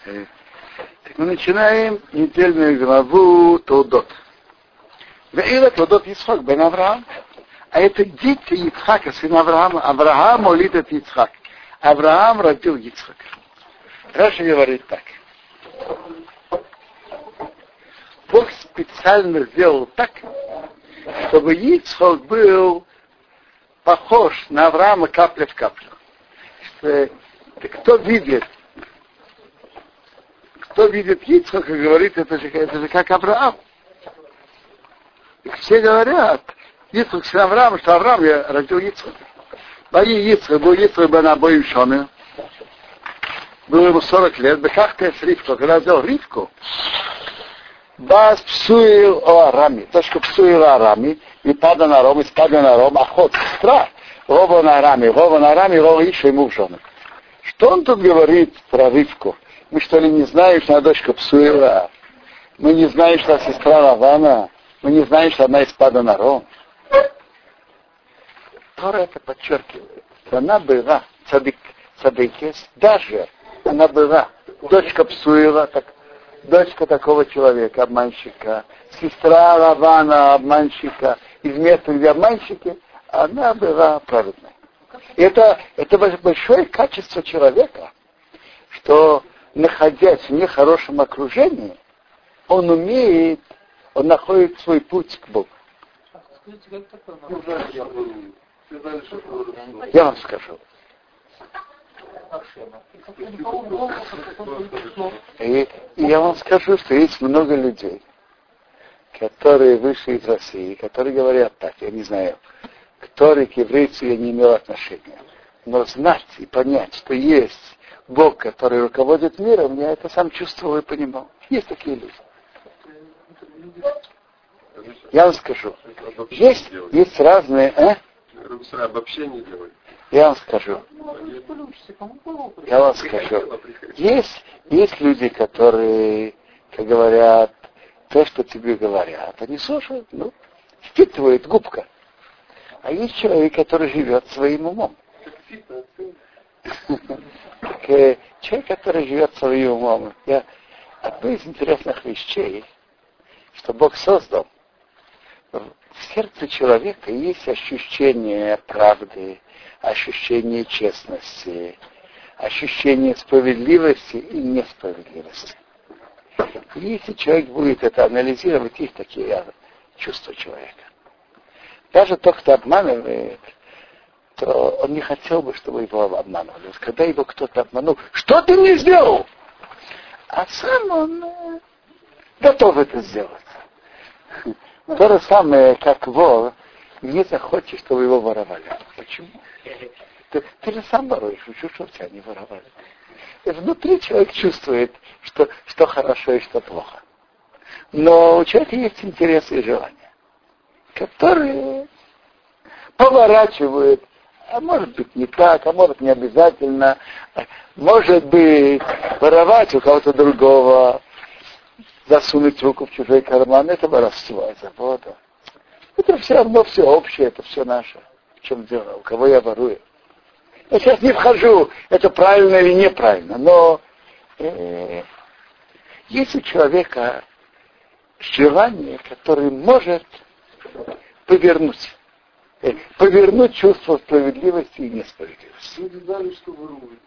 Так мы начинаем недельную главу Толдот. Веила Толдот Ицхак бен Авраам. А это дети Ицхака, сын Авраама. Авраам молит от Ицхак. Авраам родил Ицхака. Раша говорит так. Бог специально сделал так, чтобы Ицхак был похож на Авраама капля в каплю. Кто видит Ицхака, говорит, это же как Авраам. И все говорят, Ицхак сын Авраама, что Авраам я родил Ицхака. Был Ицхак бен обоим шоны. Было ему 40 лет, как-то с Ривку, когда взял Ривку, Бас псуил о Араме, точка псуил о Араме, и пада на Ром, и спада на Ром, охот, сестра, Рова на Араме, Рова еще ему в жены. Что он тут говорит про Ривку? Мы что ли не знаем, что она дочка Псуила? Мы не знаем, что она сестра Лавана? Мы не знаем, что она из пада на Ром? Тора это подчеркивает. Она была цадыкес, даже она была дочка Псуила, дочка такого человека, обманщика, сестра Лавана, обманщика, из места, где обманщики, она была праведной. И это большое качество человека, что, находясь в нехорошем окружении, он находит свой путь к Богу. Я вам скажу. И я вам скажу, что есть много людей, которые вышли из России, которые говорят так, я не знаю, которые к еврейцу я не имел отношения. Но знать и понять, что есть Бог, который руководит миром, я это сам чувствовал и понимал. Есть такие люди. Я вам скажу, есть разные... Обобщение делать. Я вам скажу. Есть люди, которые, как говорят, то, что тебе говорят, они слушают, впитывают губка. А есть человек, который живет своим умом. Человек, который живет своим умом. Одна из интересных вещей, что Бог создал, в сердце человека есть ощущение правды, ощущение честности, ощущение справедливости и несправедливости. И если человек будет это анализировать, есть такие чувства человека. Даже тот, кто обманывает, то он не хотел бы, чтобы его обманывали. Когда его кто-то обманул, что ты мне сделал? А сам он готов это сделать. То же самое, как вор, не захочет, чтобы его воровали. Почему? Ты же сам воруешь, что тебя не воровали. И внутри человек чувствует, что хорошо и что плохо. Но у человека есть интересы и желания, которые поворачивают, а может быть не так, а может не обязательно, может быть воровать у кого-то другого, засунуть руку в чужой карман, это воровство, это забота. Это все равно все общее, это все наше. В чем дело? У кого я ворую? Я сейчас не вхожу, это правильно или неправильно, но есть у человека желание, которое может повернуть чувство справедливости и несправедливости. Люди знали, что воруют.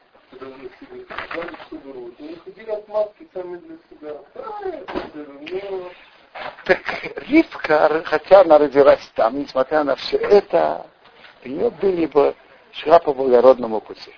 Они ходили отмазки сами для себя. Так Ривка, хотя она родилась там, несмотря на все это, у нее были бы шла по благородному пути.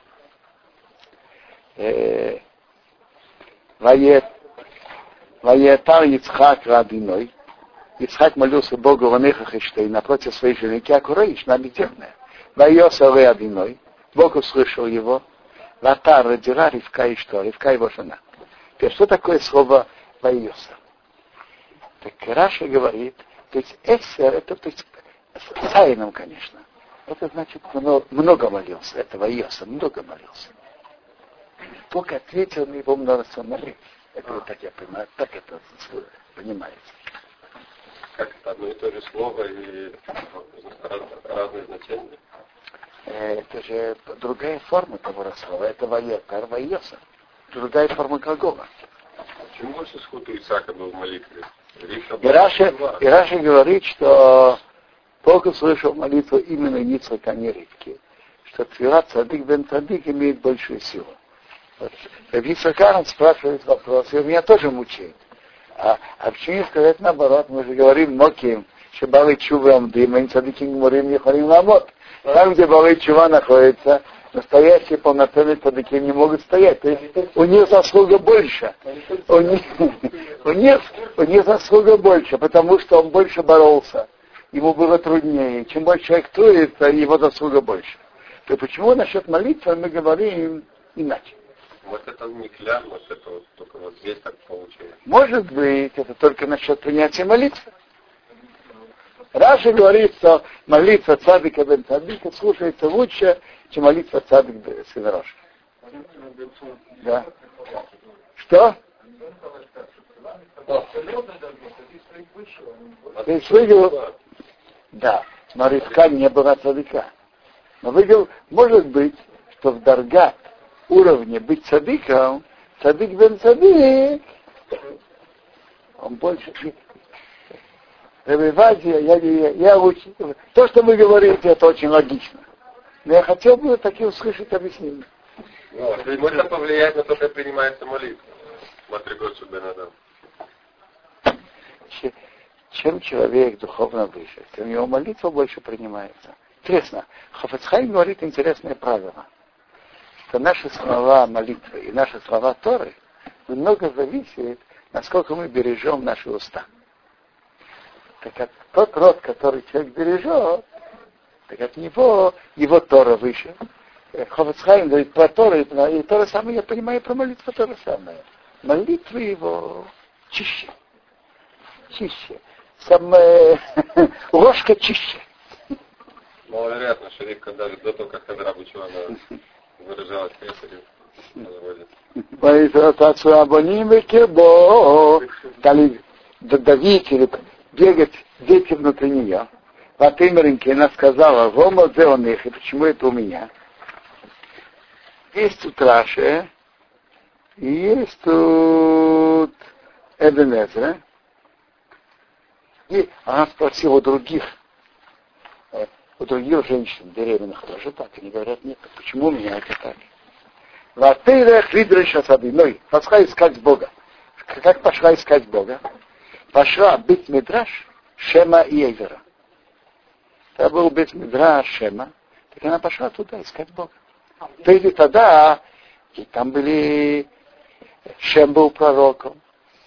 Ваетар Ицхак Рабиной. Ицхак молился Богу в Анехах и напротив своей жены, Киакураиш, набеденная. Ваеса Рабиной. Бог услышал его. Ватар родила Ривка и что? Ривка его жена. Теперь, что такое слово Ваеса? Так Раша говорит, то есть эсер, это то есть с айном, конечно. Это значит много молился. Это Ваеса, много молился. Бог ответил на его множество молитв. Это вот так я понимаю, так это понимаете. Как это одно и то же слово и разные значения? Это же другая форма того же слова. Это Ваетар, Ваеса. другая форма глагола. Почему больше сход у Исаака был в молитве? И Раши говорит, что Бог слышал молитву именно Ицхака, а не Ривки, что Тфилат Цадик бен Цадик имеет большую силу. Вот. Ицхак спрашивает вопрос, и меня тоже мучает. А почему не сказать наоборот? Мы же говорим Моким, что Балы Чува Амдим, и Цадиким Мурим не ходим на мод. Там, где Балы Чува находится, настоящие полноценные цадики не могут стоять. То есть у них заслуга больше. У них заслуга больше, потому что он больше боролся. Ему было труднее. Чем больше человек трудится, его заслуга больше. То почему насчет молитвы мы говорим иначе? Вот это не кляп, вот это вот только вот здесь так получилось. Может быть, это только насчет принятия молитвы. Раши говорит, что молитва цадика бен цадика слушается лучше, чем молитва цадик бен сын Роша. Да. Что? То есть выиграл, да, но Ривка не была цадика. Но выиграл, может быть, что в дарга уровне быть цадиком, цадик бен цадик, он больше... Я учу. То, что вы говорите, это очень логично. Но я хотел бы такие услышать объяснения. Может повлиять на то, как принимается молитва. Чем человек духовно выше, тем его молитва больше принимается. Интересно, Хафец Хаим говорит интересное правило, что наши слова молитвы и наши слова Торы много зависит, насколько мы бережем наши уста. Так как тот род, который человек бережет, так от него его Тора выше. Хафец Хаим говорит про Тору, и то же самое я понимаю про молитву то же самое. Молитвы его чище. Чище. Ложка чище. Маловероятно, что Ривка даже до того, как Хадра обучила, она выражалась кесарю. Дали давить или бегать дети внутри нее. Ватымеринке она сказала, вома зе он их, и почему это у меня? Есть тут Раши, и есть тут Эбен-Эзра. И она спросила у других женщин беременных тоже так. Они говорят, нет, почему у меня это так? Ватырах лидерища садиной. Пошла искать Бога. Как пошла искать Бога? Пошла бит Мидраш, Шема и Эйвера. Это был бит Мидраш, Шема. Так она пошла туда искать Бога. То есть тогда, и там были, Шем был пророком.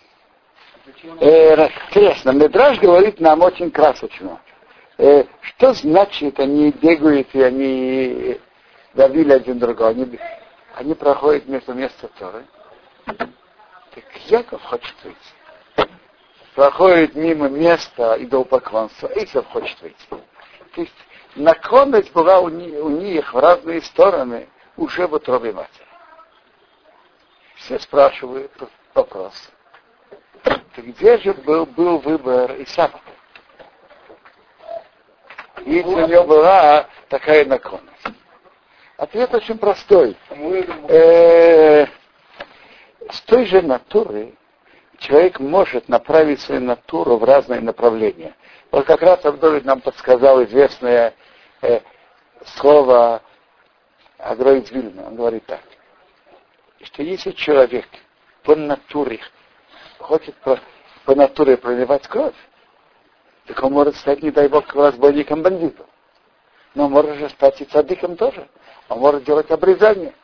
Интересно, Мидраш говорит нам очень красочно. Что значит, они бегают и они давили один другого? Они проходят между места Торы. Так Яков хочет выйти. Проходит мимо места идолопоклонства. Исав хочет выйти. То есть наклонность была у них в разные стороны уже в утробе матери. Все спрашивают вопрос. Так где же был выбор Исава? И у него была такая наклонность. Ответ очень простой. С той же натуры человек может направить свою натуру в разные направления. Вот как раз Авдовид нам подсказал известное слово Агро из Вильна. Он говорит так, что если человек по натуре хочет по натуре проливать кровь, так он может стать, не дай Бог, разбойником-бандитом. Но он может же стать и цадиком тоже. Он может делать обрезание.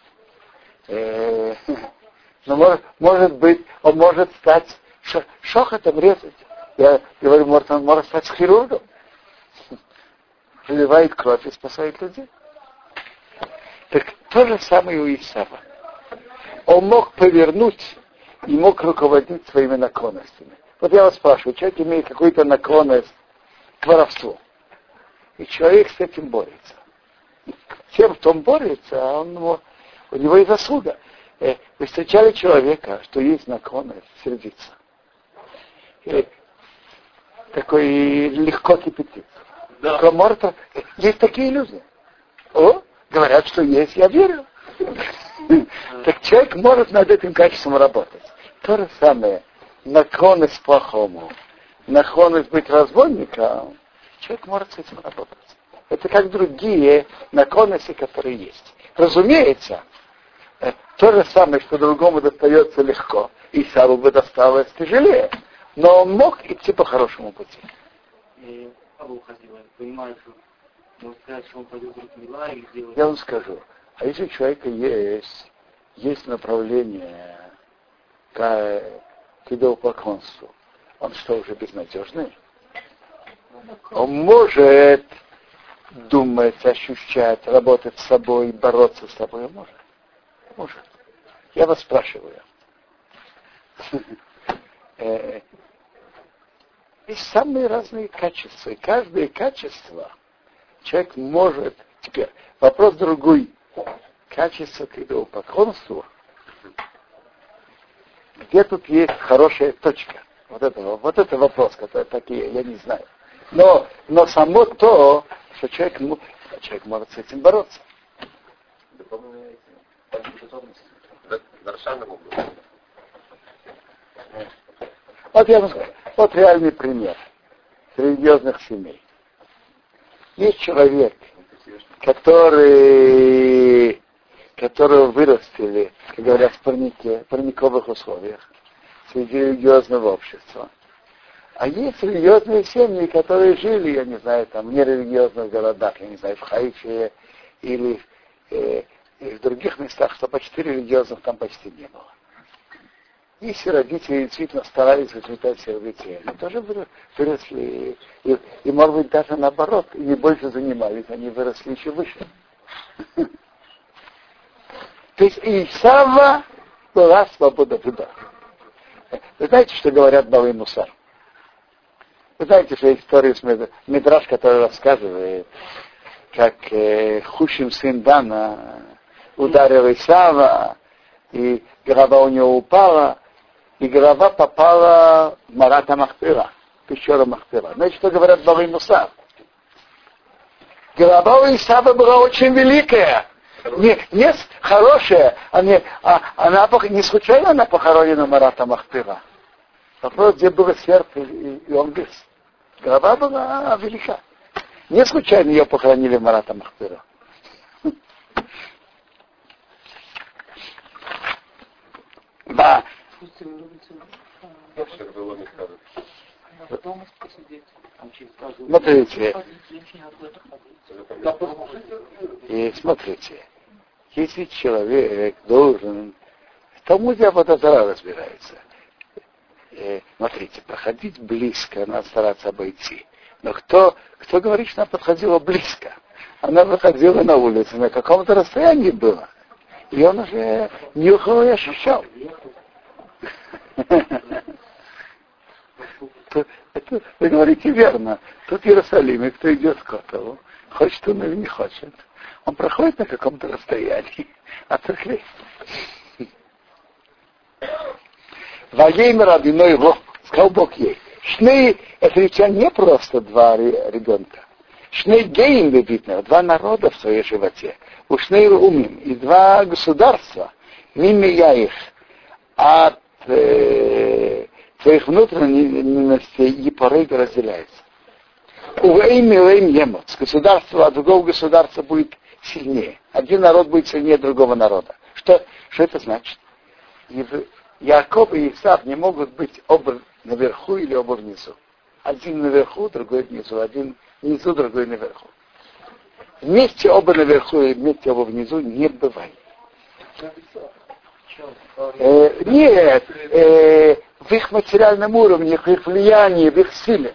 Но может быть, он может стать шохотом резать. Я говорю, он может стать хирургом. Проливает кровь и спасает людей. Так то же самое у Исава. Он мог повернуть и мог руководить своими наклонностями. Вот я вас спрашиваю, человек имеет какую-то наклонность к воровству. И человек с этим борется. И тем, кто борется, у него и заслуга. Вы встречали человека, что есть наклонность сердиться. И такой легко кипятится. Да. Есть такие люди. Говорят, что есть, я верю. Так человек может над этим качеством работать. То же самое, наклонность к плохому, наклонность быть разбойником, человек может с этим работать. Это как другие наклонности, которые есть. Разумеется, то же самое, что другому достается легко, Исаву бы досталось тяжелее, но он мог идти по хорошему пути. Я вам скажу, а если у человека есть направление к идолопоклонству, он что, уже безнадежный? Он может думать, ощущать, работать с собой, бороться с собой. Он может. Может. Я вас спрашиваю. Есть самые разные качества. И каждое качество человек может... Теперь вопрос другой. Качество к идолопоклонству. Где тут есть хорошая точка? Вот это вопрос, который такие, я не знаю. Но само то, что человек может с этим бороться. Вот я вам скажу, вот реальный пример религиозных семей. Есть человек, которого вырастили, как говорят, в парниковых условиях, среди религиозного общества. А есть религиозные семьи, которые жили, я не знаю, там, в нерелигиозных городах, я не знаю, в Хаифе или в других местах, что почти религиозных там почти не было. Если родители действительно старались воспитать своих детей, они тоже выросли, и, может быть, даже наоборот, и больше занимались, они выросли еще выше. То есть Исава была свобода выбора. Вы знаете, что говорят Бавы Мусар? Вы знаете, что есть история с Мидраш, который рассказывает, как Хушим сын Дана ударил Исава, и голова у него упала, и голова попала в Марата Махпира, пещера Махпира. Знаете, что говорят Бавы Мусар? Голова у Исава была очень великая. Не хорошая, она не случайно она похоронена Марата Махпира. Вопрос, где было сердце, и он без. Голова была велика. Не случайно ее похоронили в Марата Махпира. Да. Смотрите, если человек должен, в Талмуде Авода-Зара разбирается. Смотрите, проходить близко, надо стараться обойти. Но кто говорит, что она подходила близко? Она выходила на улицу, на каком-то расстоянии было. И он уже нюхал и ощущал. Вы говорите верно. Тут в Иерусалиме, кто идет к Котову, хочет он или не хочет, он проходит на каком-то расстоянии от церкви. Ваейм Рабиной Бог, сказал Бог ей. Шней, это ведь не просто два ребенка. Шней геем бебитных, два народа в своей животе. У Шней Румим, и два государства. Мимо я их от твоих внутренностей и порыв разделяется. Увейм и вейм емоц. Государство от другого государства будет сильнее. Один народ будет сильнее другого народа. Что это значит? Яков и Исав не могут быть оба наверху или оба внизу. Один наверху, другой внизу. Один внизу, другой наверху. Вместе оба наверху и вместе оба внизу не бывает. Нет, в их материальном уровне, в их влиянии, в их силе.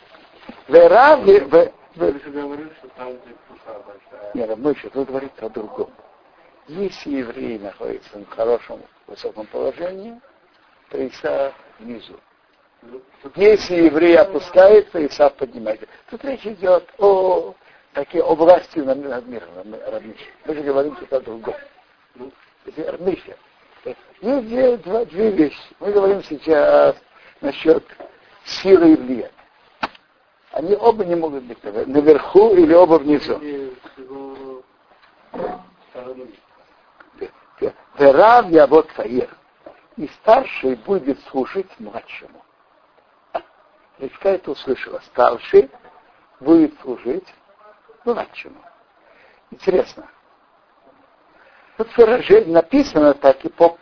Нет, мы еще тут говорим о другом. Если еврей находится в хорошем, высоком положении, то Исав внизу. Если еврей опускается, Исав поднимается. Тут речь идет о власти над миром. Мы же говорим что-то о другом. Миша. Есть две вещи. Мы говорим сейчас насчет силы и влияния. Они оба не могут быть наверху или оба внизу. Верав я вот Таир. И старший будет служить младшему. Речка это услышала. Старший будет служить младшему. Интересно. Тут выражение написано так и по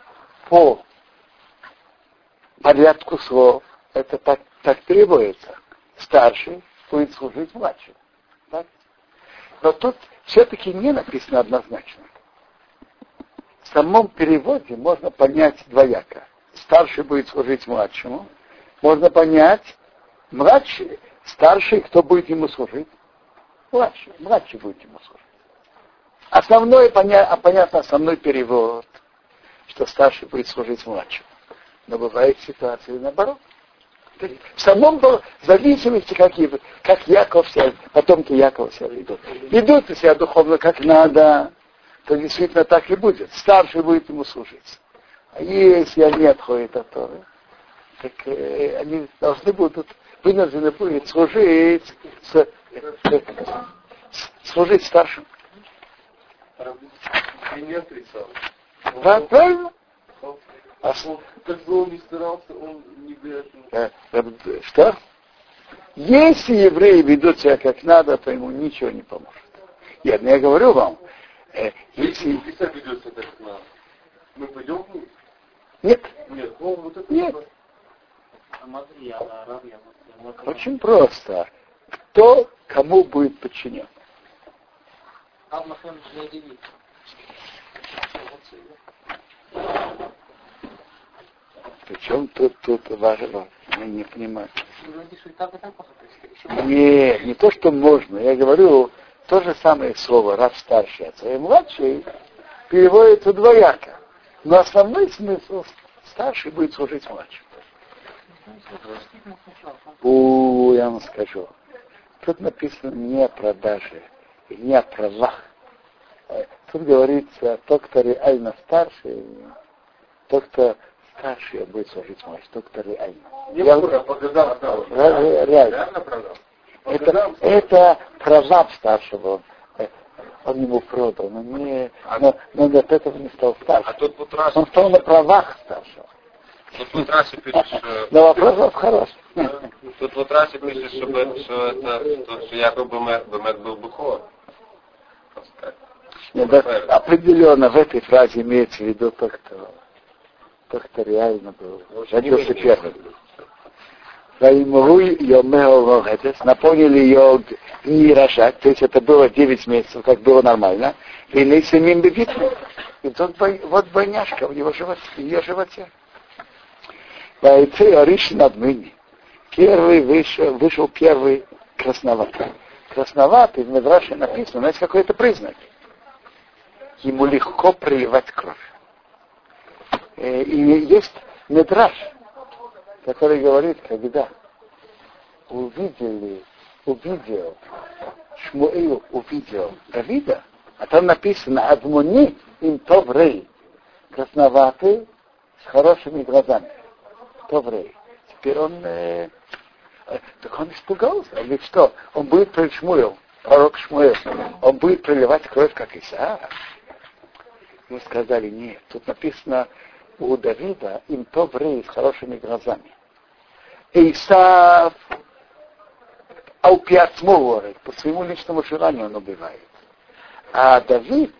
порядку слов. Это так требуется. Старший будет служить младшему. Так? Но тут все-таки не написано однозначно. В самом переводе можно понять двояко. Старший будет служить младшему. Можно понять младший, старший, кто будет ему служить? Младший будет ему служить. Понятно, основной перевод, что старший будет служить младшему. Но бывают ситуации наоборот. В самом в зависимости, как Яков себя, потомки Якова себя ведут. Ведут себя духовно как надо, то действительно так и будет. Старший будет ему служить. А если они отходят от Торы, так они вынуждены будут служить старшим. И не отрицал. Правильно? Как бы он не старался, он не грешил. Что? Если евреи ведут себя как надо, то ему ничего не поможет. Я говорю вам, если Иса ведет себя как надо, мы пойдем вниз? Нет. Нет. Вот это Нет. Очень просто. Кто кому будет подчинен? Причем тут важно, я не понимаю. Не то, что можно. Я говорю, то же самое слово, раб старший, а твой младший переводится двояко. Но основной смысл старший будет служить младшему. Я вам скажу. Тут написано не о продаже, не о правах. Тут говорится, тот, кто реально старший, тот, кто старший, будет служить младшему, тот, кто реально. Реально продал. Это права старшего. Он ему продал, но от этого не стал старшим. Он стал на правах старшего. Тут вот Раши пишет, но вопрос хороший. Тут вот Раши пишет, что якобы Бемет был Бухор. Определенно в этой фразе имеется в виду тот, кто реально был. Родился первым. Наполнили ее не рожать, то есть это было 9 месяцев, как было нормально. И тут вот двойняшка в ее животе. Бойцы Ариш над ныне. Вышел первый красноватый. Красноватый в Медраше написано, знаете, какой-то признак. Ему легко проливать кровь. И есть Медраш, который говорит, когда Шмуил увидел Давида, а там написано Адмуни им Товрей, красноватый с хорошими глазами. Товрей. Теперь он испугался. Он говорит, что? Он будет Шмуил, пророк Шмуил, он будет проливать кровь, как Исаак. Мы сказали, нет, тут написано у Давида им Товрей с хорошими глазами. Исаак говорит, по своему личному желанию он убивает. А Давид,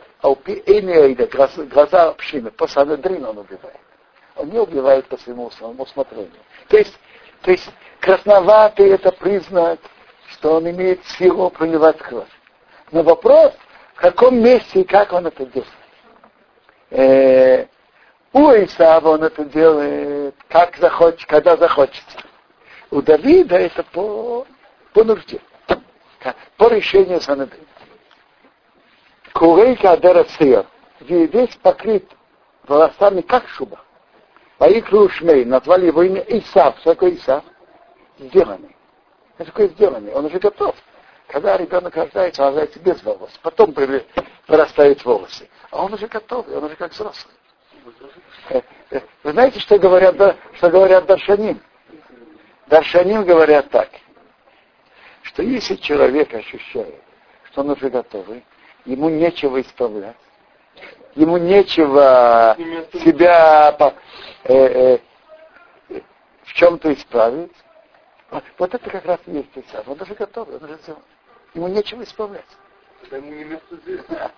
глаза общины, по Санедрину он убивает. Он не убивает по своему усмотрению. То есть красноватый это признак, что он имеет силу проливать кровь. Но вопрос, в каком месте и как он это делает. У Исава он это делает, как захочет, когда захочется. У Давида это по нужде, по решению Санедрина. Курейка Адерацея, весь покрыт волосами, как шуба. Поикру Шмей, назвали его имя Исав. Что такое Исав? Сделанный. Это такое сделанный. Он уже готов. Когда ребенок рождается, он рождается без волос. Потом вырастают волосы. А он уже готов, он уже как взрослый. Вы знаете, что говорят Даршаним? Даршаним говорят так, что если человек ощущает, что он уже готовый, ему нечего исправлять, ему нечего себя в чем-то исправить. Вот это как раз и есть Исав. Он даже готов, он уже сделал. Ему нечего исправлять. Это ему не место здесь.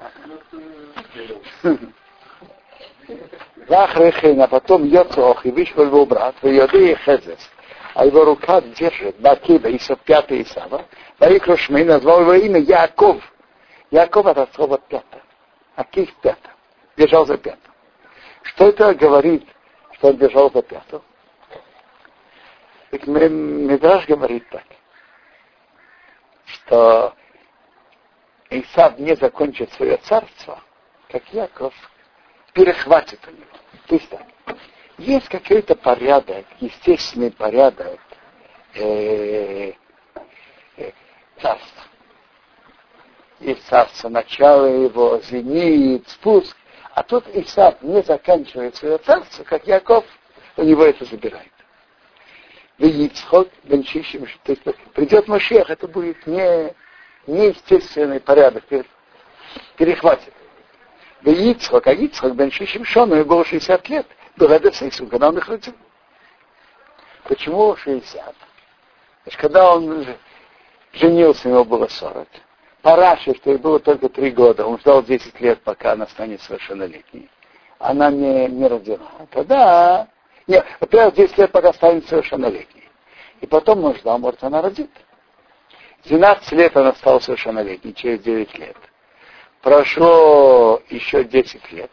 А потом Йоцох и вышел его брат, в Йоде Хезес, а его рука держит Бакиба, Исав, пятый Исава, Ваикрошмей назвал его имя Яков. Яков это слово пятое. Акив пятое. Держал за пятое. Что это говорит, что он держал за пятое? Мидраш говорит так, что Исав не закончит свое царство, как Яков перехватит у него. То есть так, есть какой-то порядок, естественный порядок царства. Есть царство, начало его, зенит, спуск, а тут Исав не заканчивает свое царство, как Яков у него это забирает. Ицхок, Бенчишим, то есть придет Машиах, это будет неестественный порядок, перехватит. Ицхок, а Ицхок, Бенчишим Шону, ему было 60 лет, был Эдесейсу, когда он их родил. Почему 60? Значит, когда он женился, ему было 40. Параше, что ей было только 3 года, он ждал 10 лет, пока она станет совершеннолетней. Она не родила. Тогда... Нет, во-первых, 10 лет, пока станет совершеннолетней. И потом он ждал, может, она родит. 12 лет она стала совершеннолетней, через 9 лет. Прошло еще 10 лет.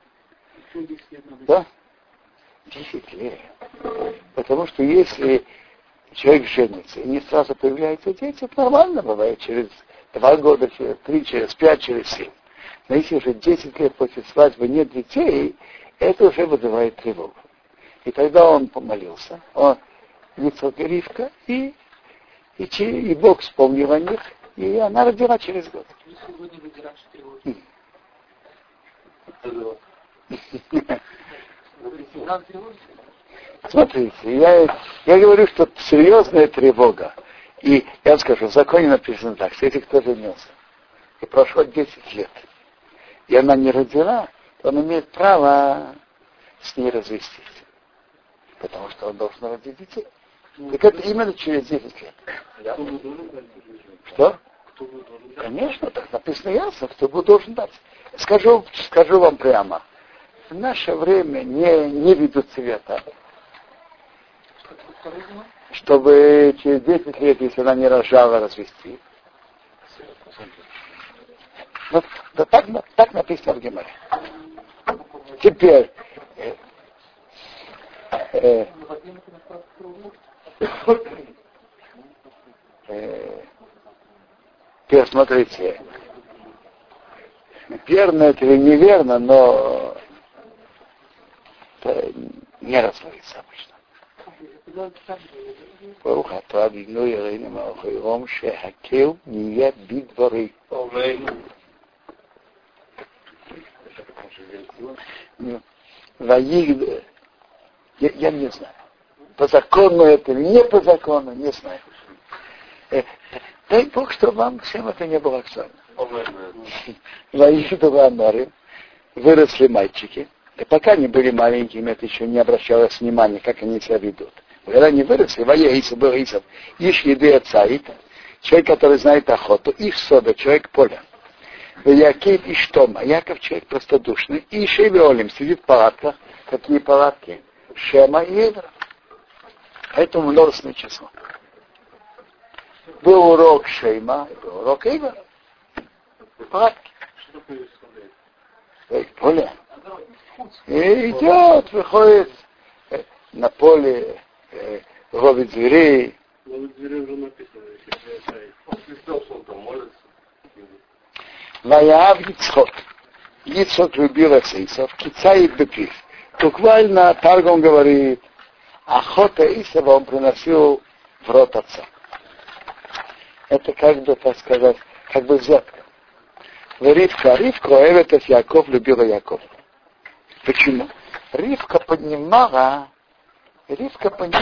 Да? 10 лет. Потому что если человек женится и не сразу появляются дети, это нормально бывает через 2 года, через 3, через 5, через 7. Но если уже 10 лет после свадьбы нет детей, это уже вызывает тревогу. И тогда он помолился, он Ицхок и Ривка, и Бог вспомнил о них, и она родила через год. Смотрите, я говорю, что серьезная тревога. И я вам скажу, в законе написано так, что если кто женился, и прошло 10 лет, и она не родила, то он имеет право с ней развестись. Потому что он должен родить детей. Так это именно через 10 лет. Что? Конечно, так написано ясно, кто бы должен дать. Скажу вам прямо. В наше время не ведут совета, чтобы через 10 лет, если она не рожала, развести. Ну, да так написано в Гемаре. Теперь теперь смотрите, верно это или неверно, но это не расслабится обычно. ברוך אתה אבינו יראינו מאחוריהם שהקל נהיה בדברי. Ваигд, я не знаю. По закону это или не по закону, не знаю. Дай Бог, чтобы вам всем это не было актуально. Ваигд Ванорим, выросли мальчики. И пока они были маленькими, это еще не обращалось внимания, как они себя ведут. Когда они выросли, Ваеисов был Исов, Иш еды отца, человек, который знает охоту, Иш сода, человек поля. Якив Иштома, Яков человек простодушный, и Шевиолим сидит в палатках. Какие палатки? Шема и Евра. Поэтому множественное число. Был урок Шема, был урок Евра. Палатки. Поле. И идет, выходит на поле, ловит зверей. Ловит зверей уже написано, если он свистел, что он там молится. Ваяв Ицхок. Ицхок любил Исав, кицаит бепив. Буквально Таргум говорит, охота Исава он приносил в рот отца. Это как бы, так сказать, как бы взятка. Ривка это Яков любила Яков. Почему? Ривка понимала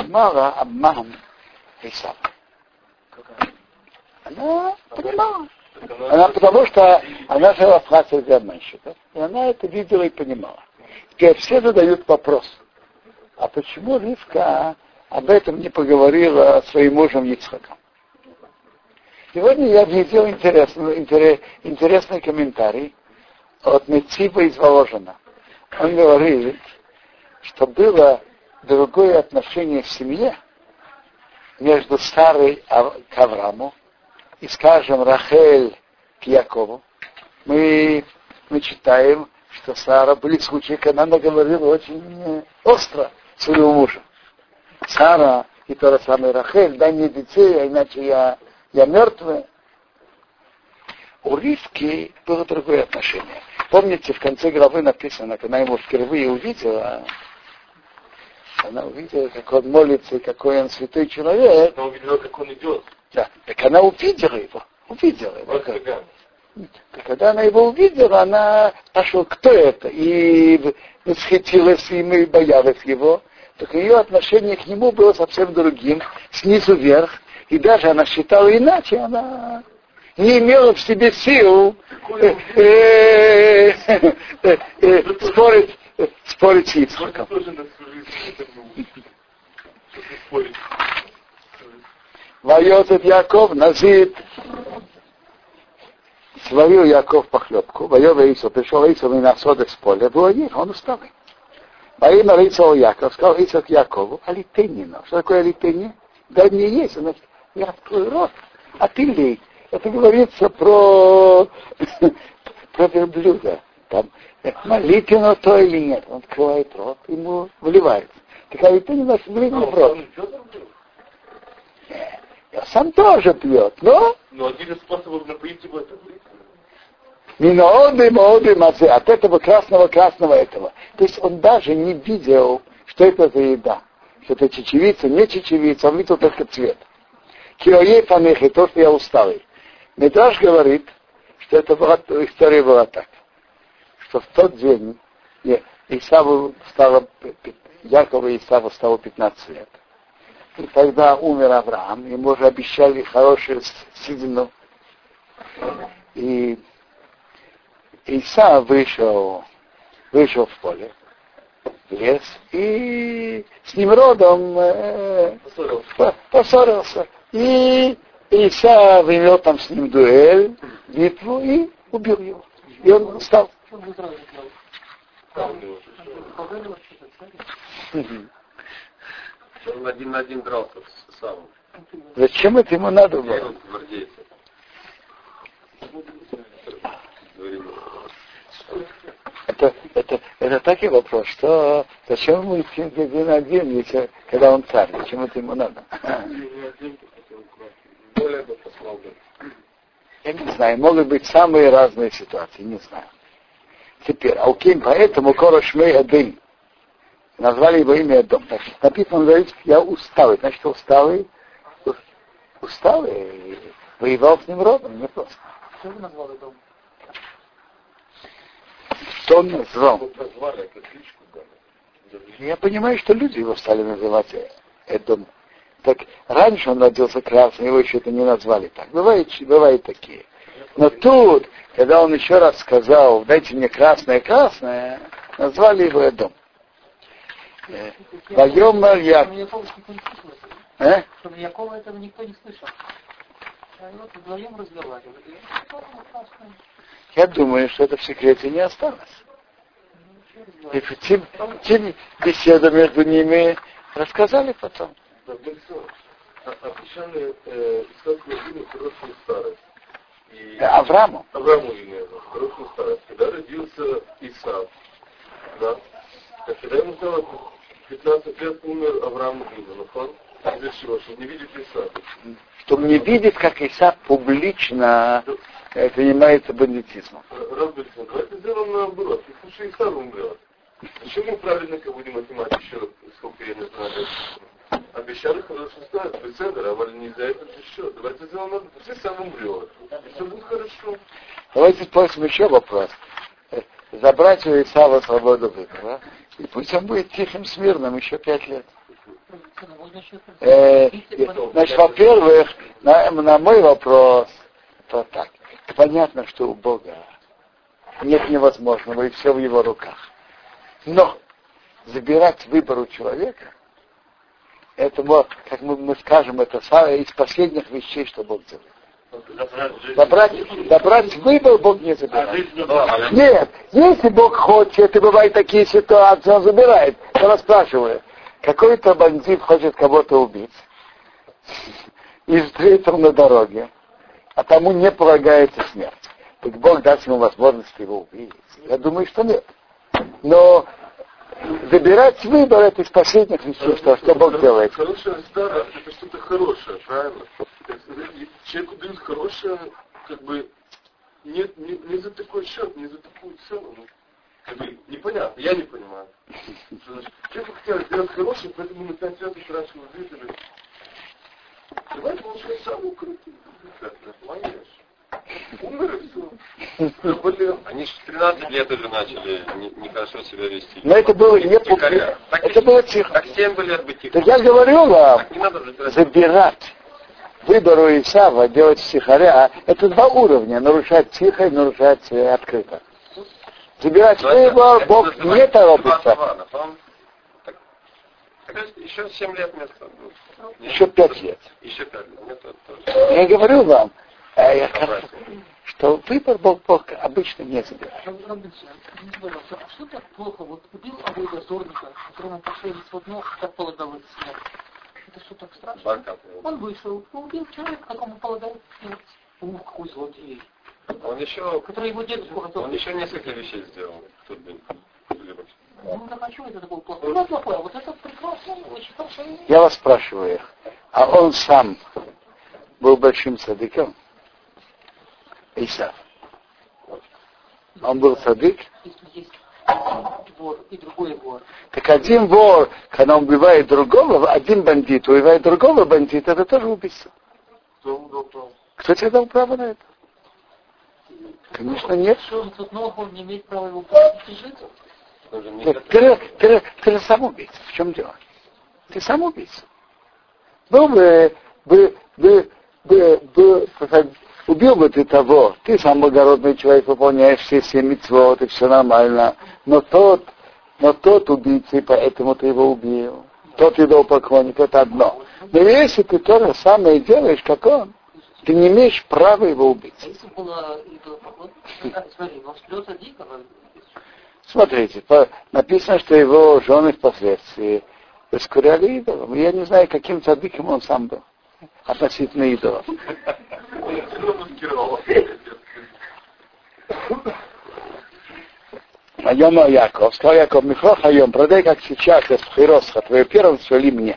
обман Исава. Она понимала. Потому что она жила в хасе для обманщиков, и она это видела и понимала. Теперь все задают вопрос, а почему Ривка об этом не поговорила своим мужем Ицхаком? Сегодня я видел интересный комментарий от Нецива из Воложина. Он говорит, что было другое отношение в семье между Сарой к Аврааму и, скажем, Рахель к Якову. Мы читаем, что Сара, были случаи, когда она говорила очень остро своему мужу. Сара и то же самое Рахель, дай мне детей, а иначе я мертвая. У Ривки было другое отношение. Помните, в конце главы написано, когда его впервые увидела, она увидела, как он молится, и какой он святой человек. Она увидела, как он идет. Да, так она увидела его. Когда она его увидела, она пошла, кто это? И восхитилась им и боялась его. Так ее отношение к нему было совсем другим, снизу вверх. И даже она считала иначе, она не имела в себе сил спорить с Ицхаком. Вайозет Яков назид. Сварил Яков похлебку. Вайова Исов. Пришел Исов и на содах с поля. Было них, он усталый. Во имя Исова Яков сказал Исов Якову, алитенина. Что такое алитенина? Дай мне есть. Он говорит, я открою рот, а ты лей. Это говорится про верблюда. Там молитвенно то или нет. Он открывает рот, ему вливает. Так алитенина влить в рот. Я сам тоже пьет, но... Но один из способов напоить его это будет. От этого красного этого. То есть он даже не видел, что это за еда. Что это чечевица, не чечевица, он видел только цвет. Киоей панехи, то, что я усталый. Медраш говорит, что эта история была так. Что в тот день Якову и Исаву стало 15 лет. И тогда умер Авраам, ему уже обещали хорошую седину. И Исав вышел в поле, в лес, и с Nimrodом поссорился. И Исав имел там с ним дуэль, битву, и убил его. И он устал. Он один на один дрался с Исавом. Зачем это ему надо было? Это такой вопрос, что зачем ему идти один на один, если, когда он царь, зачем это ему надо? Я не знаю, могут быть самые разные ситуации, не знаю. Теперь, Алким, поэтому Корошмей Адым. Назвали его имя Эдом. Написано, он говорит, я усталый. Значит, усталый, воевал с Nimrodом, не просто. Что вы назвали Эдом? Что он назвал? Я понимаю, что люди его стали называть Эдом. Так раньше он родился красным, его еще это не назвали так. Бывают такие. Но тут, когда он еще раз сказал, дайте мне красное, назвали его Эдом. Вайомар Яков. Кроме Якова этого никто не слышал. А вот вдвоем разговаривали. Я думаю, что это в секрете не осталось. И тем беседу между ними рассказали потом. Обещали искать имя хорошую старость. Аврааму имя хорошую старость. Когда родился Исав, да, когда ему стало 15 лет, умер Авраам Вину. Из-за чего? Чтобы не видеть Исава. Чтобы не видеть, как Исав публично занимается бандитизмом. Робертсон, давайте сделаем наоборот. Слушай, Исав умрет. Зачем мы правильно будем отнимать еще, сколько я не знаю, обещали хорошо ставить, беседер, а нельзя это еще. Давайте сделаем наоборот. Пусть Исав умрет. И все будет хорошо. Давайте спросим еще вопрос. Забрать у Исава свободу выбора, и пусть он будет тихим, смирным еще 5 лет. Значит, во-первых, на мой вопрос, то так. Понятно, что у Бога нет невозможного, и все в его руках. Но забирать выбор у человека, это, как мы скажем, это самое из последних вещей, что Бог делает. Забрать выбор Бог не забирает. Нет, если Бог хочет, и бывают такие ситуации, Он забирает. Я спрашиваю, какой-то бандит хочет кого-то убить, и встретил на дороге, а тому не полагается смерть. Так Бог даст ему возможность его убить. Я думаю, что нет. Но забирать выбор — это из последних вещей, что Бог делает. Хорошая старость — это что-то хорошее, правильно? Человеку дают хорошее, как бы, не за такой счет, не за такую цену. Как бы, непонятно, я не понимаю. Человеку хотят сделать хорошее, поэтому мы 5 лет утрачиваем жизнь. Давай получай самую крутую. Умер и все. Заболел. Они же в 13 лет уже начали нехорошо себя вести. Но это было не публично. Это было тихо. Так 7 лет быть тихо. Так я говорю вам, не надо забирать выбор у Исава, делать стихаря, это 2 уровня. Нарушать тихо и нарушать открыто. Забирать выбор, Бог не торопится. Еще 7 лет вместо. Еще 5 лет. Еще 5 лет. Я говорю вам, что выбор Бог обычно не забирает. А что так плохо? Вот убил Авойда Зорника, которому пошел из ног, как полагалось смерть. Это что так страшно? Он вышел, убил человека, которому полагалось смерть. Ух, какой злодей. Он еще, который его дедушку готов. Он еще несколько вещей сделал в тот день. Ну, так а чего это такое плохое? Ну, плохое, вот это прекрасно, очень хорошо. Я вас спрашиваю, а он сам был большим садиком? Исав. Он был садик? Если есть вор и другой вор. Так один вор, когда он убивает другого, один бандит убивает другого бандита, это тоже убийство. Кто тебе дал право на это? Конечно, нет. Что он тут ногу, он не имеет права его жить? Ты же сам убийца. В чем дело? Ты сам убийца. Убил бы ты того, ты сам благородный человек, выполняешь все мицвот, и все нормально, но тот убийца, и поэтому ты его убил. Тот идолопоклонник, это одно. Но если ты то же самое делаешь, как он, ты не имеешь права его убить. А если было идолопоклонник, смотри, он слеза дико. Смотрите, написано, что его жены впоследствии раскуряли идолом. Я не знаю, каким цадыком он сам был относительно идолов. Айом Яков, сказал Яков, Михлох Айом, продай как сейчас, из Пхиросха, твое первенство ли мне?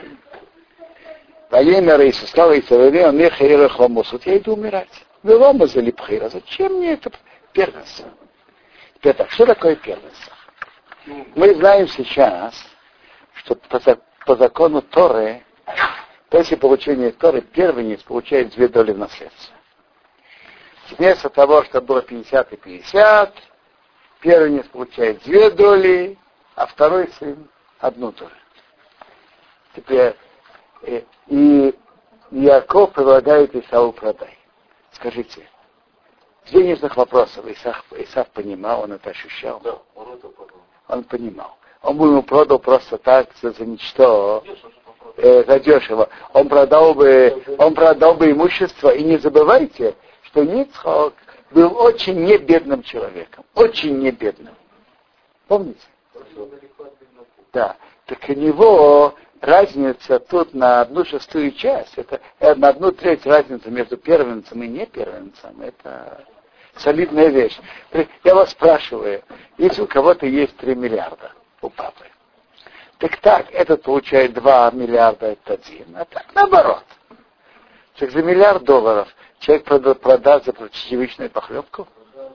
Воемя Рейса, сказал Рейса, воемя Меха Хомосут, я иду умирать. Вы лома зали Пхира, зачем мне это первенство? Теперь так, что такое первенство? Мы знаем сейчас, что по закону Торы, после получения Торы, первенец получает 2 доли в наследство. Вместо того, что было 50 и 50, первенец получает 2 доли, а второй сын 1 долю. Теперь и Яков предлагает Исаву продай. Скажите, с денежных вопросов Исав понимал, он это ощущал? Да, он это понял. Он понимал. Он бы ему продал просто так, за ничто, за дешево. Он продал бы имущество. И не забывайте, что Ицхак был очень небедным человеком. Очень небедным. Помните? Да. Так у него разница тут на 1/6 часть. Это на 1/3 разница между первенцем и не первенцем. Это солидная вещь. Я вас спрашиваю, если у кого-то есть 3 миллиарда у папы, так, этот получает 2 миллиарда, это 1, а так, наоборот. Так за $1 миллиард человек продаст за чечевичную похлебку?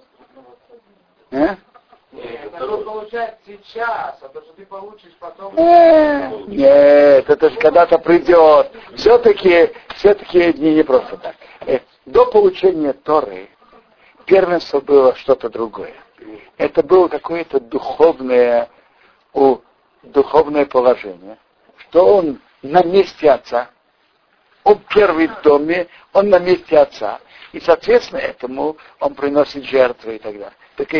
Это он получает сейчас, а то, что ты получишь потом... Нет, это же когда-то придет. Все-таки не просто так. До получения Торы первенство было что-то другое. Это было какое-то духовное положение, что он на месте отца, он первый в доме, он на месте отца. И, соответственно, этому он приносит жертвы и так далее. Так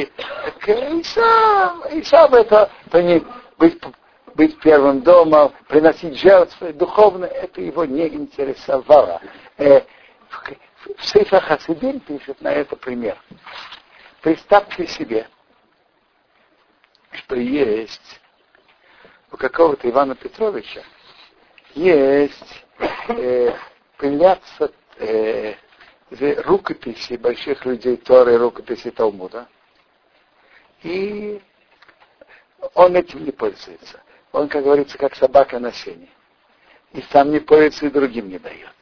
Исав это не быть первым домом, приносить жертвы духовно, это его не интересовало. В Сефер Хасидим пишет на это пример. Представьте себе, что есть у какого-то Ивана Петровича есть появляться рукописи больших людей Торы, рукописи Талмуда. И он этим не пользуется. Он, как говорится, как собака на сене. И сам не пользуется, и другим не дает.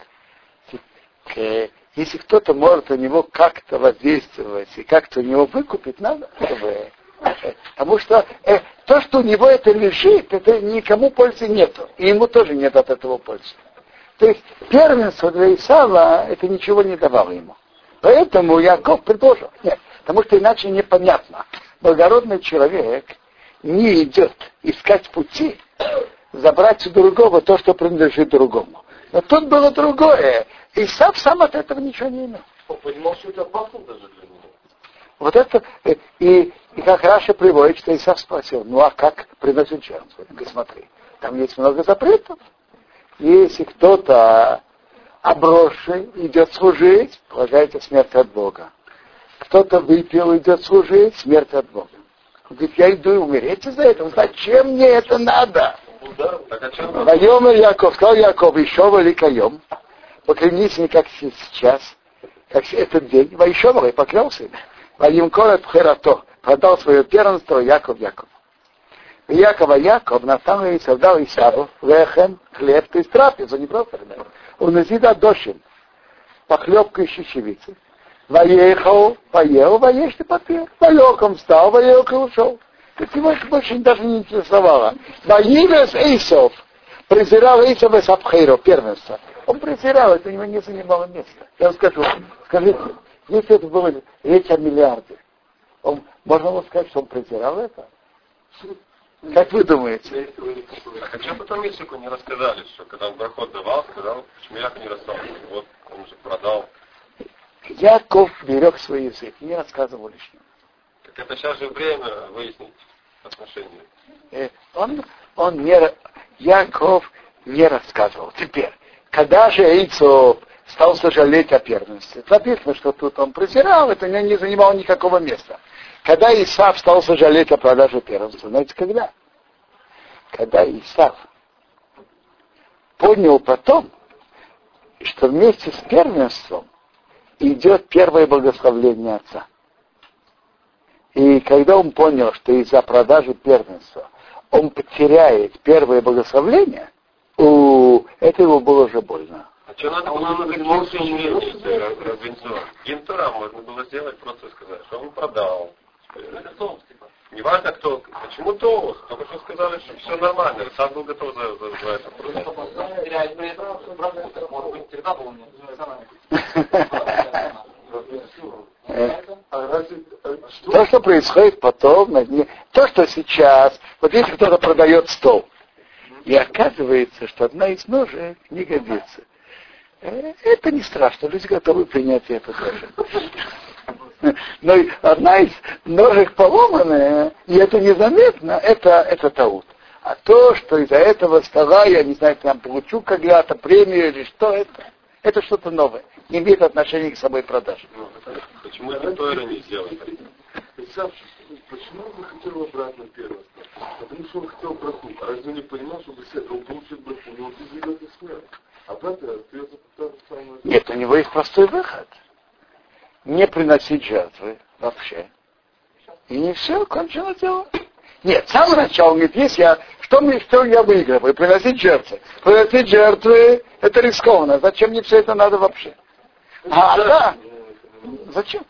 Если кто-то может у него как-то воздействовать и как-то у него выкупить, надо, чтобы... Потому что то, что у него это лежит, это никому пользы нету. И ему тоже нет от этого пользы. То есть первенство для Исава это ничего не давало ему. Поэтому Яков предложил. Нет, потому что иначе непонятно. Благородный человек не идет искать пути забрать у другого то, что принадлежит другому. Но тут было другое. Исав сам от этого ничего не имел. Он понимал, что это опасно даже для него. Вот это, и как Раша приводит, что Исав спросил, ну а как приносить жертву? Он говорит, смотри, там есть много запретов. Если кто-то обросший идет служить, полагается смерть от Бога. Кто-то выпил, идет служить, смерть от Бога. Он говорит, я иду и умереть из-за этого. Зачем мне это надо? Вайомер Яков, сказал Яков, еще великоем, поклянись не как сейчас, как этот день. Вайшовал и поклялся им. Ваимкора Пхерато, продал свое первенство Яков. Яков наставил создал Исаву, лехем, хлеб, то есть трапезу, не просто хлеб. Он назида дошим, похлебка из чечевицы. Воехал, поел, воешь и попил. Воеком встал, воеком ушел. Так его больше даже не интересовало. Воивес Эйсов, презирал Эйсова Сабхейро, первенство. Он презирал, это у него не занимало места. Я вам скажу, скажите, если это было речь о миллиарде, можно было сказать, что он презирал это? Как вы думаете? А что потом Исаку не рассказали, что когда он проход давал, сказал, почему Яков не расстался? Вот он же продал. Яков берег свой язык, не рассказывал лишнего. Так это сейчас же время выяснить отношения. Яков не рассказывал. Теперь, когда же Эйцов стал сожалеть о первенстве, написано, что тут он презирал, это не занимало никакого места. Когда Исав стал сожалеть о продаже первенства, знаете, когда? Когда Исав понял потом, что вместе с первенством идет первое благословление отца. И когда он понял, что из-за продажи первенства он потеряет первое благословение, это его было уже больно. А что надо было на такие сочинения, Равенцов? Гентура можно было сделать, просто сказать, что он продал. Не важно кто, почему то, только что сказали, что все нормально, сам был готов за это продать. То, что происходит потом, то, что сейчас, вот если кто-то продает стол, и оказывается, что одна из ножек не годится, это не страшно, люди готовы принять это тоже. Но одна из ножек поломанная, и это незаметно, это таут. А то, что из-за этого стола, я не знаю, там получу когда-то премию или что это что-то новое. Не имеет отношения к самой продаже. Почему это Тойра не сделали? Почему он хотел обратно первенство? Потому что он хотел браху. А разве он не понимал, что без этого он получит браху? У него идет и смерть. Обратно остается та же самая... Нет, у него есть простой выход. Не приносить жертвы вообще. И не все, кончено дело. Нет, с самого начала он говорит, что я выигрываю? Приносить жертвы. Приносить жертвы, это рискованно. Зачем мне все это надо вообще? Да. Зачем?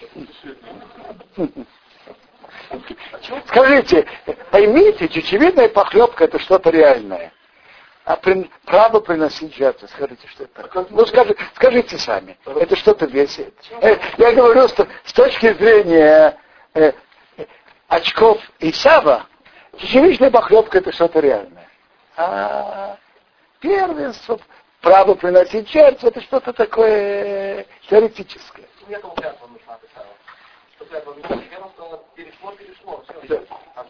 Скажите, поймите, чечевидная похлебка это что-то реальное. А право приносить жертву, скажите, что это такое? Ну, скажите сами, это что-то весит. Я говорю, что с точки зрения очков Исава, чечевичная похлебка это что-то реальное. А первенство, право приносить жертву, это что-то такое теоретическое. Мне тому клятва нужна писала. Что клятва нужна, он сказал, перешло, все.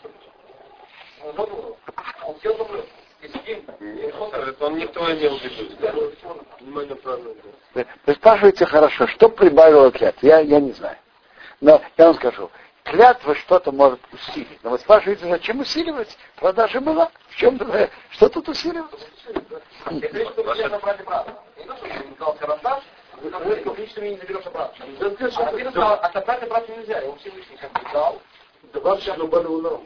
Он все забыл. Он не то имел в виду. Внимание правильно. Вы спрашиваете хорошо, что прибавило клятву? Я не знаю. Но я вам скажу, клятва что-то может усилить. Но вы спрашиваете, зачем усиливать? Продажа была. В чем что тут усиливать? Если что вы не забрали право. Не то, что он сказал, все раздашь, вы там лично не заберешь обратно. А ты сказал, отобрать обратно нельзя. Его Всевышний как бы дал. Давай сейчас добавил нам.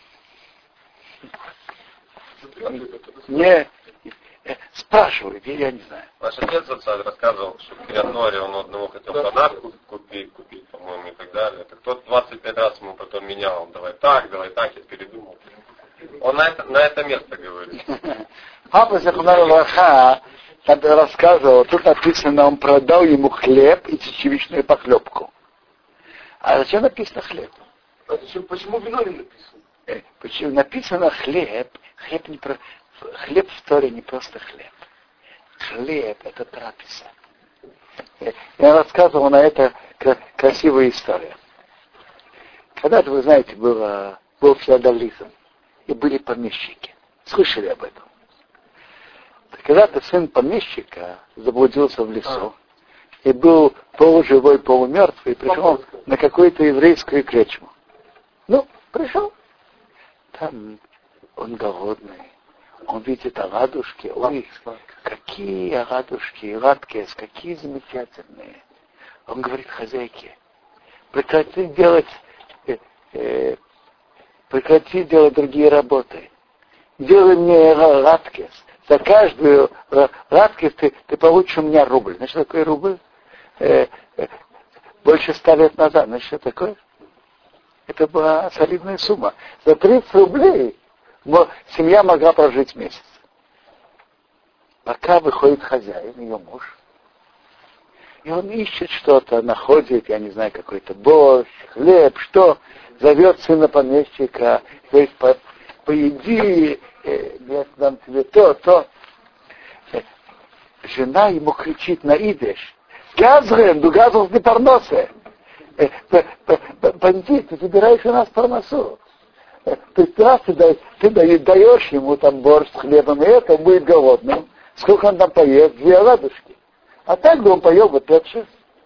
Не спрашивают, я не знаю. Ваш отец рассказывал, что в Кириат-Норе он одного хотел подарок купить, по-моему, и так далее. Так тот 25 раз ему потом менял. Давай так, я передумал. Он на это место говорит. Папа Захмар Лаха рассказывал, тут написано, он продал ему хлеб и чечевичную похлебку. А зачем написано хлеб? Почему вино не написано? Почему написано хлеб? Хлеб в Торе не просто хлеб. Хлеб — это трапеза. Я рассказывал на это красивую историю. Когда-то, вы знаете, был феодализм, и были помещики. Слышали об этом? Когда-то сын помещика заблудился в лесу, и был полуживой, полумертвый, и пришел на какую-то еврейскую кречму. Пришел. Там он голодный. Он видит оладушки. Ой, какие оладушки, ладкес, какие замечательные. Он говорит хозяйке, прекрати делать другие работы. Делай мне ладкес. За каждую ладкес ты получишь у меня рубль. Значит, что такое рубль? Больше 100 лет назад. Значит, что такое? Это была солидная сумма. За 30 рублей семья могла прожить месяц. Пока выходит хозяин, ее муж, и он ищет что-то, находит, я не знаю, какой-то борщ, хлеб, что, зовет сына помещика, говорит, поеди, я дам тебе то. Жена ему кричит на идиш, «Газрен, ду газрен не парносе!» Бандит, ты забираешь у нас парносу. Ты даешь ему там борщ с хлебом, и это он будет голодным. Сколько он там поест? 2 оладушки. А так бы он поел бы 5-6.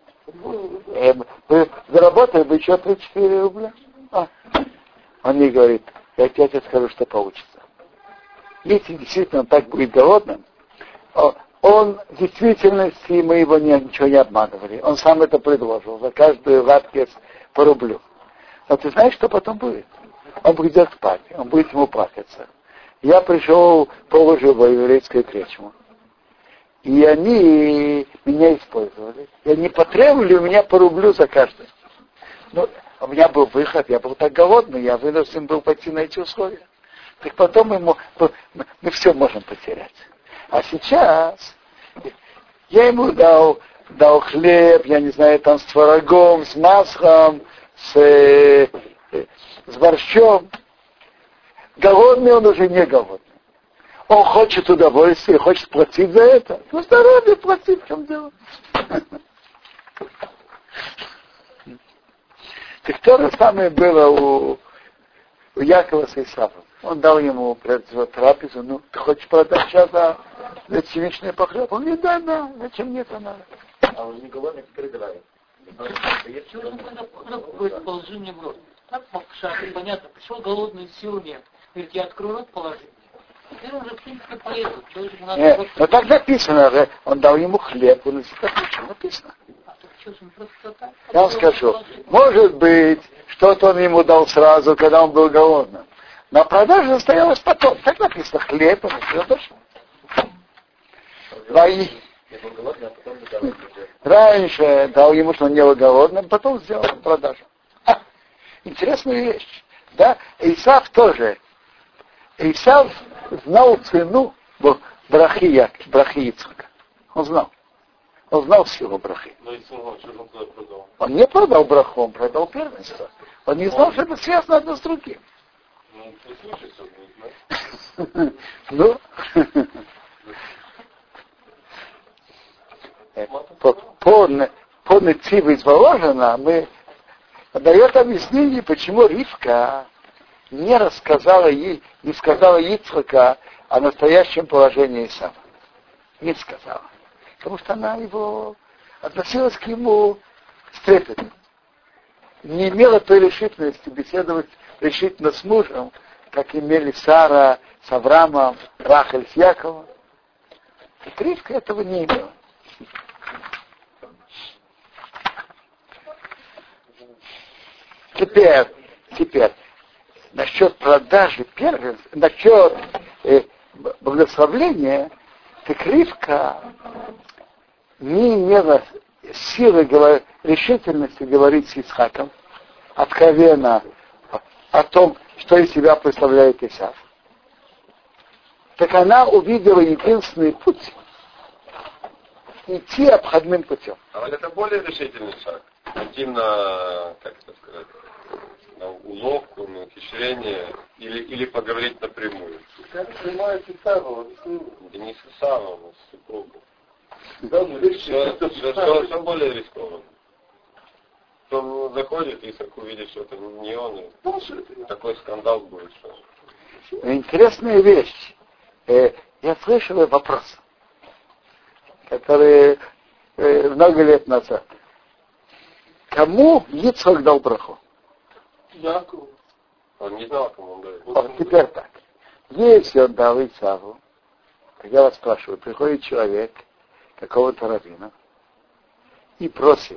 Заработали бы еще 3-4 рубля. Он мне говорит, я тебе скажу, что получится. Если действительно он так будет голодным, он в действительности, мы его ничего не обманывали. Он сам это предложил. За каждую ладкес по рублю. Но ты знаешь, что потом будет? Он придет к папе, он будет ему плакаться. Я пришел полуживой в еврейскую кречму. И они меня использовали. И они потребовали у меня по рублю за каждый. У меня был выход, я был так голодный, я вынужден был пойти на эти условия. Так потом мы все можем потерять. А сейчас я ему дал хлеб, я не знаю, там с творогом, с маслом, с борщом. Голодный он уже не голодный. Он хочет удовольствия, хочет платить за это. Здоровье платить, в чем дело. Так то же самое было у Якова с Исавом. Он дал ему трапезу, ты хочешь продать сейчас за чечевичный похлеб? Он говорит, да, зачем мне это надо? А он не голодный, перебирает. Положи мне в рот. Так, понятно, пришел голодный, сил нет. Говорит, я открою рот, положи. Теперь он же, в принципе, полезет. Но так написано, он дал ему хлеб, он написано. Я вам скажу, может быть, что-то он ему дал сразу, когда он был голодным. Но продажа состоялась потом. Так написано, хлеб, он все дошел. Раньше дал ему, что он не был голодным, потом сделал продажу. Интересная вещь. Да? Исав тоже. Исав знал цену брахи Ицхака. Он знал. Он знал силу брахи. Он не продал браху, он продал первенство. Он не знал, что это связано одно с другим. по Нециву из Воложина дает объяснение, почему Ривка не сказала Ицхака о настоящем положении Исава. Не сказала. Потому что она относилась к нему с трепетом. Не имела той решительности беседовать решительно с мужем, как имели Сара с Авраамом, Рахель с Яковом. И Ривка этого не имела. Теперь, насчет продажи первенства, насчет благословления, так Ривка не имела силы, решительности говорить с Ицхаком откровенно о том, что из себя представляет Исав. Так она увидела единственный путь идти обходным путем. А это более решительный шаг. Идти на, как это сказать, на уловку, на ухищрение или поговорить напрямую. Как понимаешь Исава? Да не с Исавом, а с супругом. Да, ну, Все более рискованно. Он заходит, и увидит, что это не он, и такой скандал будет. Что... Интересная вещь. Я слышал вопрос, который много лет назад. Кому Ицхак дал браху? Якову. Он не знал, кому он дает. Вот теперь так. Если он дал Исаву, так я вас спрашиваю, приходит человек, какого-то раввина, и просит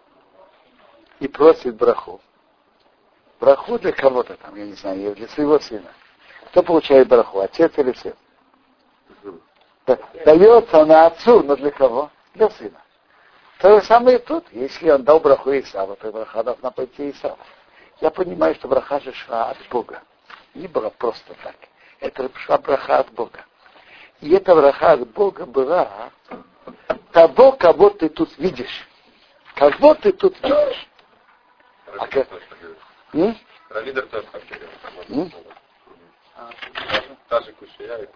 браху. Браху для кого-то там, я не знаю, для своего сына. Кто получает браху, отец или сын? Дается она отцу, но для кого? Для сына. То же самое и тут. Если он дал браху Исаву, то браха должна пойти Исаву. Я понимаю, что браха же шла от Бога. Не было просто так. Это шла браха от Бога. И эта браха от Бога была того, кого ты тут видишь. Кого ты тут видишь. Равидер тоже так говорит. Та же кушая.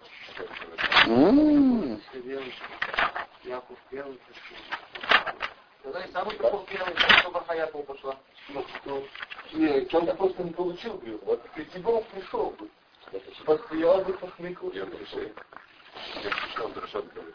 Яков первый. Когда Исава пришел первый, что браха Якову пошла? Нет, он просто не получил бы. Вот если бы он пришел бы, постоял бы, посмыкал. Я пришел, Драшот говорит.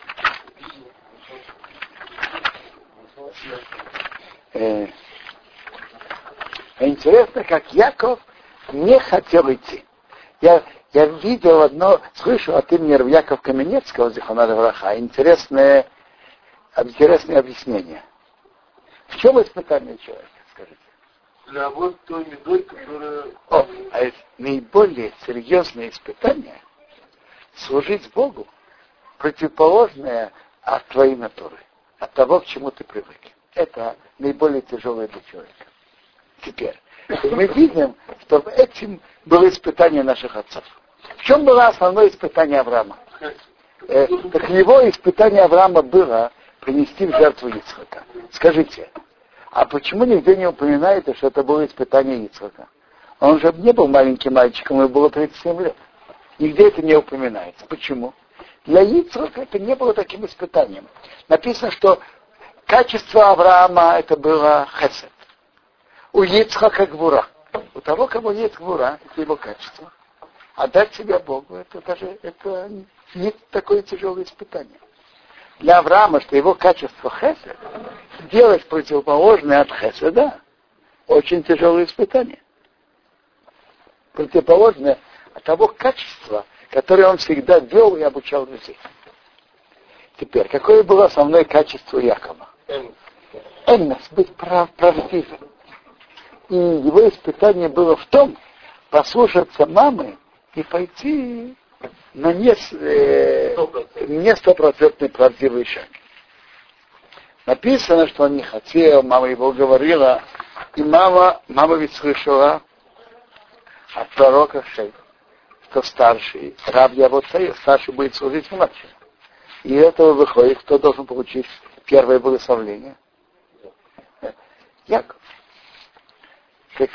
Интересно, как Яков не хотел идти. Я видел слышал от имени Якова Каменецкого, Зихонада Враха, интересное объяснение. В чем испытание человека, скажите? Для вот той медой, которая... Наиболее серьезное испытание служить Богу противоположное от твоей натуры, от того, к чему ты привык. Это наиболее тяжелое для человека. Теперь, мы видим, что этим было испытание наших отцов. В чем было основное испытание Авраама? Так его испытание Авраама было принести в жертву Ицхака. Скажите, а почему нигде не упоминается, что это было испытание Ицхака? Он же не был маленьким мальчиком, ему было 37 лет. Нигде это не упоминается. Почему? Для Ицхака это не было таким испытанием. Написано, что качество Авраама это было хесед. У Ицхака гвура. У того, кого есть гвура, это его качество. А дать себя Богу, это не такое тяжелое испытание. Для Авраама, что его качество хесед, делать противоположное от хеседа, очень тяжелое испытание. Противоположное от того качества, которое он всегда вел и обучал людей. Теперь, какое было основное качество Якова? Эмнес, быть правдивым. И его испытание было в том, послушаться мамы и пойти на не 100% правдивый шаг. Написано, что он не хотел, мама его говорила, и мама ведь слышала от пророка Шей, что старший, раб Явоцей, старший будет служить младшему. И этого выходит, кто должен получить первое благословение? Яков. Так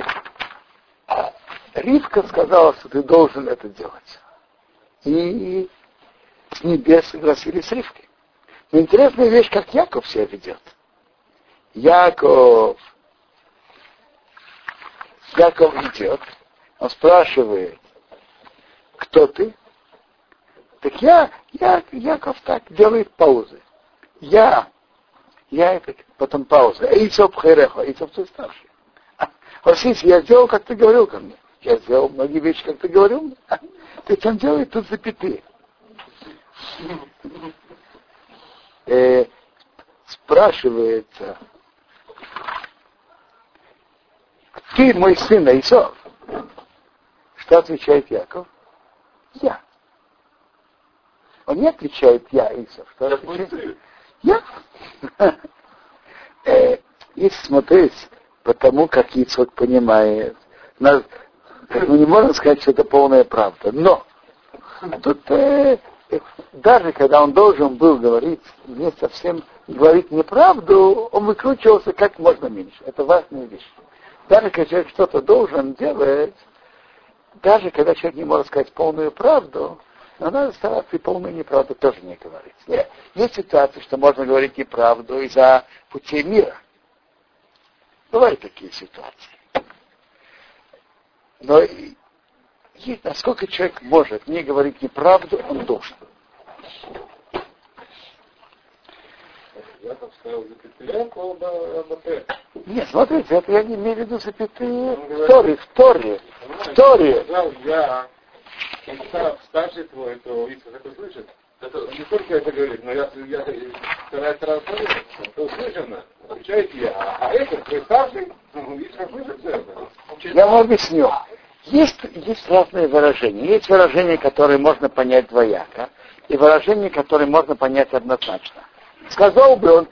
Ривка сказала, что ты должен это делать. И с небес согласились с Ривкой. Но интересная вещь, как Яков себя ведет. Яков идет, он спрашивает, кто ты? Так Яков так делает паузы. Я это, потом пауза. Ицоп хайреха, Ицоп ты старший. Василий, я сделал, как ты говорил ко мне. Я сделал многие вещи, как ты говорил мне. Ты там делаешь тут запятые. Спрашивается, ты мой сын Исав? Что отвечает Яков? Я. Он не отвечает я, Исав. Что отвечает? Я. Если смотреть по тому, как Ицхак понимает, мы не можем сказать, что это полная правда. Но тут даже когда он должен был говорить не совсем говорить неправду, он выкручивался как можно меньше. Это важная вещь. Даже когда человек что-то должен делать, даже когда человек не может сказать полную правду, но надо стараться и полную неправду тоже не говорить. Нет. Есть ситуации, что можно говорить неправду из-за путей мира. Бывают такие ситуации. Но насколько человек может не говорить неправду, он должен. Я там ставил запятые, Нет, смотрите, это я не имею в виду запятые в Торе. Сказал я, старший твой, то Ицхак это слышит. Это не только это говорит, но я стараюсь сразу сказать, это услышано, отвечает я. А это твой старший, Ицхак слышит это. Я вам объясню. Есть разные выражения. Есть выражения, которые можно понять двояко, и выражения, которые можно понять однозначно. Сказал бы он,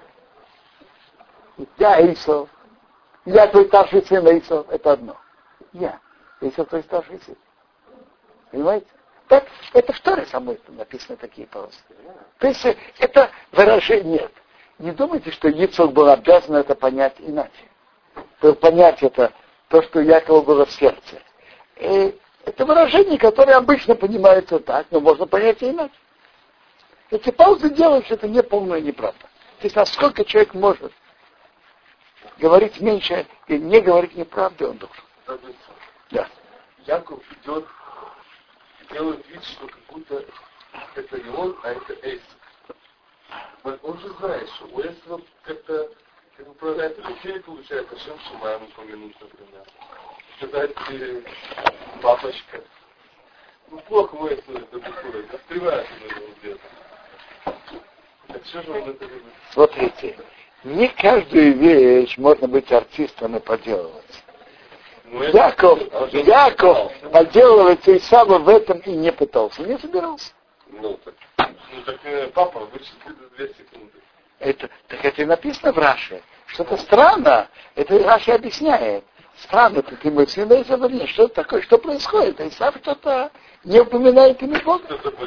я Исав, я твой старший сын Исав, это одно. Я Исав твой старший сын. Понимаете? Так, это в Торе самой написаны такие паузы. То есть это выражение нет. Не думайте, что Ицхак был обязан это понять иначе. Понять это, то, что Якову было в сердце. И это выражение, которое обычно понимается так, но можно понять и иначе. Эти паузы делают, что это не полная неправда. То есть насколько человек может говорить меньше и не говорить неправду, он должен. Да. Яков идет, делает вид, что как будто это не он, а это Эйсак. Он же знает, что у Эйсака как-то про это людей получается, Шем Шимаем упомянуть, например. Сказать папочка. Ну плохо у Эйсака это выходит, открывается на него где-то. Так что же он это любит? Смотрите, не каждую вещь можно быть артистом и поделывать. Яков поделывать и сам в этом и не пытался, не собирался. Ну так папа, вычисли 2 секунды. Так это и написано в Раши. Что-то странно. Это Раши объясняет. Странно, ты мой сын Исав, что такое, что происходит? Исав что-то не упоминает имя Бога.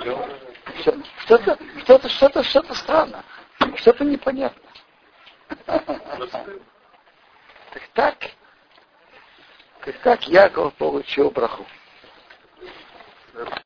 Что-то странно. Что-то непонятно. Так Яков получил браху.